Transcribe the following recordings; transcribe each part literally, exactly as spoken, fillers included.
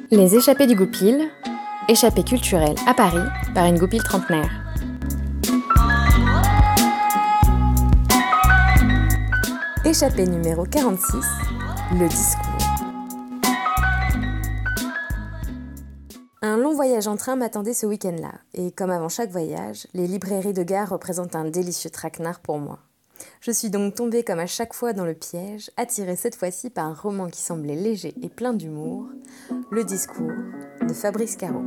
Les échappées du Goupil, échappée culturelle à Paris par une goupille trentenaire. Échappée numéro quarante-six, le discours. Un long voyage en train m'attendait ce week-end-là, et comme avant chaque voyage, les librairies de gare représentent un délicieux traquenard pour moi. Je suis donc tombée comme à chaque fois dans le piège, attirée cette fois-ci par un roman qui semblait léger et plein d'humour, Le discours de Fabrice Caro.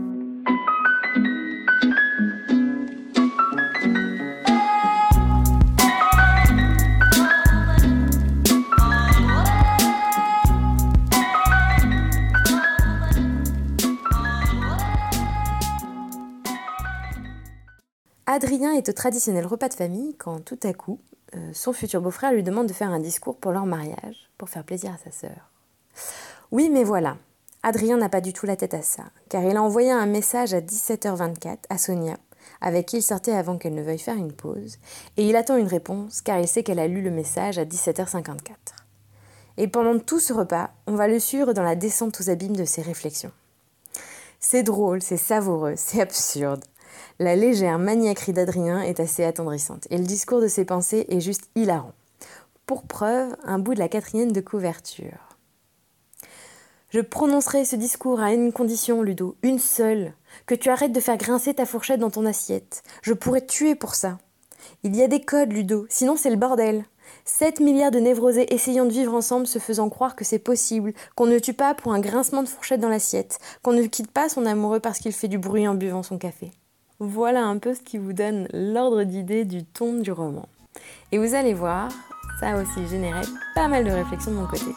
Adrien est au traditionnel repas de famille quand tout à coup, euh, son futur beau-frère lui demande de faire un discours pour leur mariage, pour faire plaisir à sa sœur. Oui, mais voilà, Adrien n'a pas du tout la tête à ça, car il a envoyé un message à dix-sept heures vingt-quatre à Sonia, avec qui il sortait avant qu'elle ne veuille faire une pause, et il attend une réponse, car il sait qu'elle a lu le message à dix-sept heures cinquante-quatre. Et pendant tout ce repas, on va le suivre dans la descente aux abîmes de ses réflexions. C'est drôle, c'est savoureux, c'est absurde. La légère maniaquerie d'Adrien est assez attendrissante, et le discours de ses pensées est juste hilarant. Pour preuve, un bout de la quatrième de couverture. Je prononcerai ce discours à une condition, Ludo, une seule, que tu arrêtes de faire grincer ta fourchette dans ton assiette. Je pourrais te tuer pour ça. Il y a des codes, Ludo, sinon c'est le bordel. sept milliards de névrosés essayant de vivre ensemble se faisant croire que c'est possible, qu'on ne tue pas pour un grincement de fourchette dans l'assiette, qu'on ne quitte pas son amoureux parce qu'il fait du bruit en buvant son café. Voilà un peu ce qui vous donne l'ordre d'idée du ton du roman. Et vous allez voir, ça a aussi généré pas mal de réflexions de mon côté.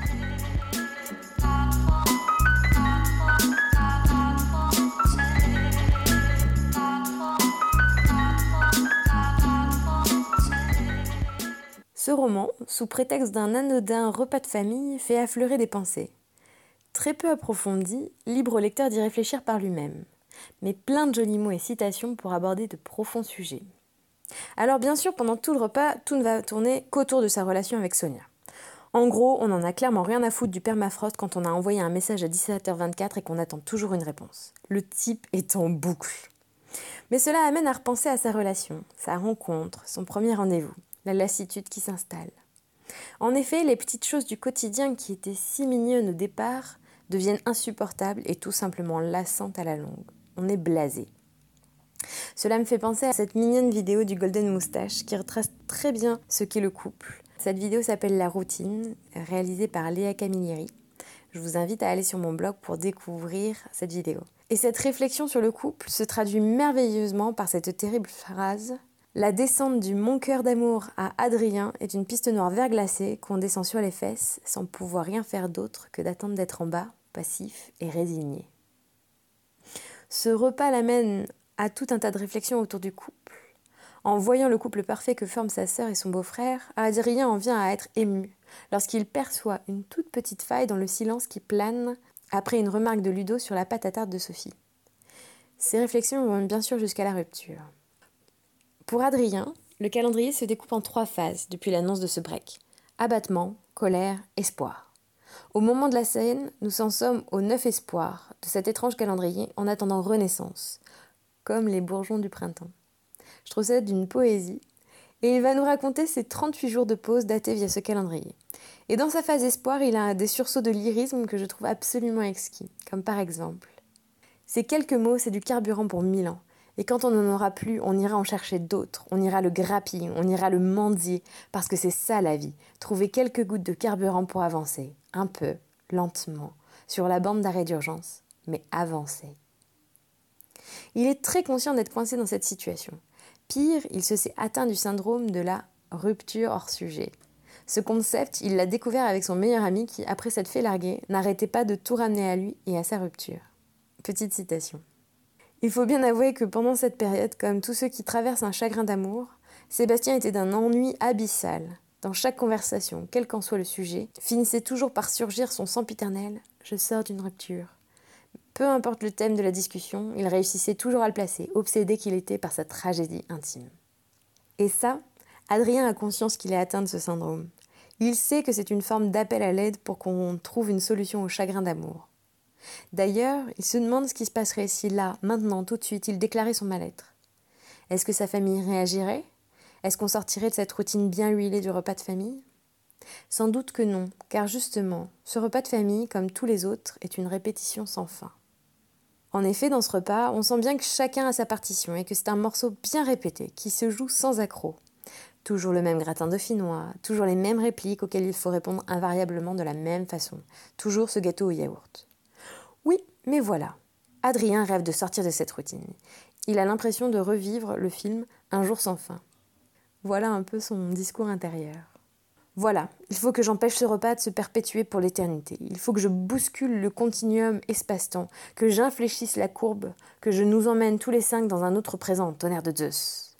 Ce roman, sous prétexte d'un anodin repas de famille, fait affleurer des pensées. Très peu approfondies, libre au lecteur d'y réfléchir par lui-même, mais plein de jolis mots et citations pour aborder de profonds sujets. Alors bien sûr, pendant tout le repas, tout ne va tourner qu'autour de sa relation avec Sonia. En gros, on n'en a clairement rien à foutre du permafrost quand on a envoyé un message à dix-sept heures vingt-quatre et qu'on attend toujours une réponse. Le type est en boucle. Mais cela amène à repenser à sa relation, sa rencontre, son premier rendez-vous. La lassitude qui s'installe. En effet, les petites choses du quotidien qui étaient si mignonnes au départ deviennent insupportables et tout simplement lassantes à la longue. On est blasé. Cela me fait penser à cette mignonne vidéo du Golden Moustache qui retrace très bien ce qu'est le couple. Cette vidéo s'appelle La Routine, réalisée par Léa Camilleri. Je vous invite à aller sur mon blog pour découvrir cette vidéo. Et cette réflexion sur le couple se traduit merveilleusement par cette terrible phrase: la descente du Mon cœur d'amour à Adrien est une piste noire verglacée qu'on descend sur les fesses sans pouvoir rien faire d'autre que d'attendre d'être en bas, passif et résigné. Ce repas l'amène à tout un tas de réflexions autour du couple. En voyant le couple parfait que forment sa sœur et son beau-frère, Adrien en vient à être ému lorsqu'il perçoit une toute petite faille dans le silence qui plane après une remarque de Ludo sur la pâte à tarte de Sophie. Ces réflexions vont bien sûr jusqu'à la rupture. Pour Adrien, le calendrier se découpe en trois phases depuis l'annonce de ce break. Abattement, colère, espoir. Au moment de la scène, nous en sommes au neuf espoir de cet étrange calendrier en attendant renaissance, comme les bourgeons du printemps. Je trouve ça d'une poésie, et il va nous raconter ses trente-huit jours de pause datés via ce calendrier. Et dans sa phase espoir, il a des sursauts de lyrisme que je trouve absolument exquis, comme par exemple: ces quelques mots, c'est du carburant pour mille ans. Et quand on n'en aura plus, on ira en chercher d'autres, on ira le grappiller, on ira le mendier, parce que c'est ça la vie, trouver quelques gouttes de carburant pour avancer, un peu, lentement, sur la bande d'arrêt d'urgence, mais avancer. Il est très conscient d'être coincé dans cette situation. Pire, il se sait atteint du syndrome de la rupture hors sujet. Ce concept, il l'a découvert avec son meilleur ami qui, après s'être fait larguer, n'arrêtait pas de tout ramener à lui et à sa rupture. Petite citation. Il faut bien avouer que pendant cette période, comme tous ceux qui traversent un chagrin d'amour, Sébastien était d'un ennui abyssal. Dans chaque conversation, quel qu'en soit le sujet, finissait toujours par surgir son sempiternel « je sors d'une rupture ». Peu importe le thème de la discussion, il réussissait toujours à le placer, obsédé qu'il était par sa tragédie intime. Et ça, Adrien a conscience qu'il est atteint de ce syndrome. Il sait que c'est une forme d'appel à l'aide pour qu'on trouve une solution au chagrin d'amour. D'ailleurs, il se demande ce qui se passerait si là, maintenant, tout de suite, il déclarait son mal-être. Est-ce que sa famille réagirait ? Est-ce qu'on sortirait de cette routine bien huilée du repas de famille ? Sans doute que non, car justement, ce repas de famille, comme tous les autres, est une répétition sans fin. En effet, dans ce repas, on sent bien que chacun a sa partition et que c'est un morceau bien répété, qui se joue sans accroc. Toujours le même gratin dauphinois, toujours les mêmes répliques auxquelles il faut répondre invariablement de la même façon, toujours ce gâteau au yaourt. Oui, mais voilà, Adrien rêve de sortir de cette routine. Il a l'impression de revivre le film Un jour sans fin. Voilà un peu son discours intérieur. Voilà, il faut que j'empêche ce repas de se perpétuer pour l'éternité. Il faut que je bouscule le continuum espace-temps, que j'infléchisse la courbe, que je nous emmène tous les cinq dans un autre présent, tonnerre de Zeus.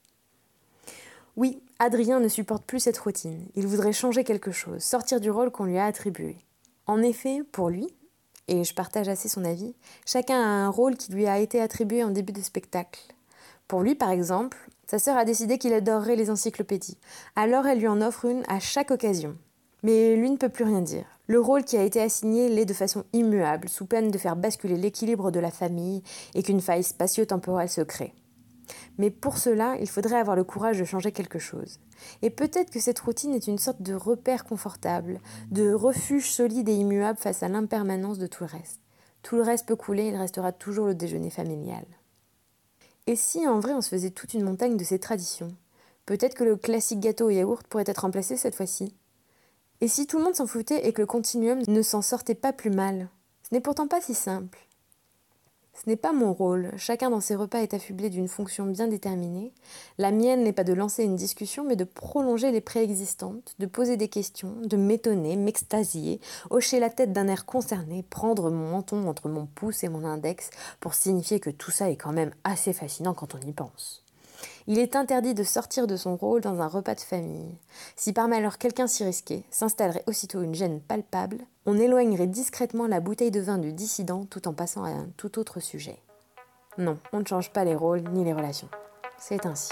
Oui, Adrien ne supporte plus cette routine. Il voudrait changer quelque chose, sortir du rôle qu'on lui a attribué. En effet, pour lui, et je partage assez son avis, chacun a un rôle qui lui a été attribué en début de spectacle. Pour lui, par exemple, sa sœur a décidé qu'il adorerait les encyclopédies. Alors elle lui en offre une à chaque occasion. Mais lui ne peut plus rien dire. Le rôle qui a été assigné l'est de façon immuable, sous peine de faire basculer l'équilibre de la famille et qu'une faille spatio-temporelle se crée. Mais pour cela, il faudrait avoir le courage de changer quelque chose. Et peut-être que cette routine est une sorte de repère confortable, de refuge solide et immuable face à l'impermanence de tout le reste. Tout le reste peut couler, il restera toujours le déjeuner familial. Et si en vrai on se faisait toute une montagne de ces traditions ? Peut-être que le classique gâteau au yaourt pourrait être remplacé cette fois-ci ? Et si tout le monde s'en foutait et que le continuum ne s'en sortait pas plus mal ? Ce n'est pourtant pas si simple. Ce n'est pas mon rôle, chacun dans ses repas est affublé d'une fonction bien déterminée. La mienne n'est pas de lancer une discussion, mais de prolonger les préexistantes, de poser des questions, de m'étonner, m'extasier, hocher la tête d'un air concerné, prendre mon menton entre mon pouce et mon index pour signifier que tout ça est quand même assez fascinant quand on y pense. Il est interdit de sortir de son rôle dans un repas de famille. Si par malheur quelqu'un s'y risquait, s'installerait aussitôt une gêne palpable, on éloignerait discrètement la bouteille de vin du dissident tout en passant à un tout autre sujet. Non, on ne change pas les rôles ni les relations. C'est ainsi.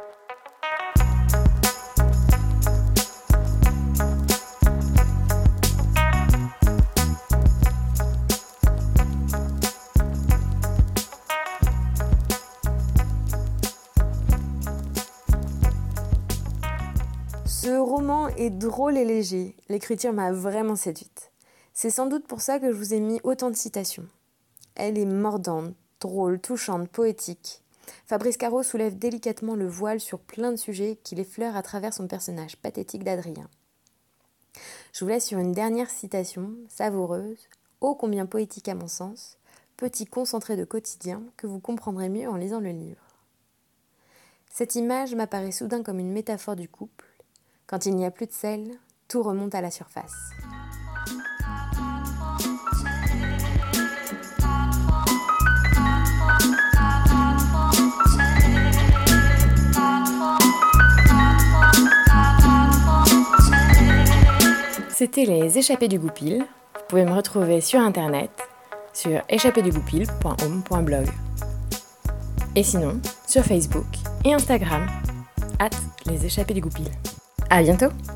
Ce roman est drôle et léger, l'écriture m'a vraiment séduite. C'est sans doute pour ça que je vous ai mis autant de citations. Elle est mordante, drôle, touchante, poétique. Fabrice Caro soulève délicatement le voile sur plein de sujets qu'il effleure à travers son personnage pathétique d'Adrien. Je vous laisse sur une dernière citation, savoureuse, ô combien poétique à mon sens, petit concentré de quotidien que vous comprendrez mieux en lisant le livre. Cette image m'apparaît soudain comme une métaphore du couple. Quand il n'y a plus de sel, tout remonte à la surface. C'était les échappées du Goupil. Vous pouvez me retrouver sur internet, sur échappées du goupil point home point blog. Et sinon, sur Facebook et Instagram, arobase les échappées du Goupil. À bientôt!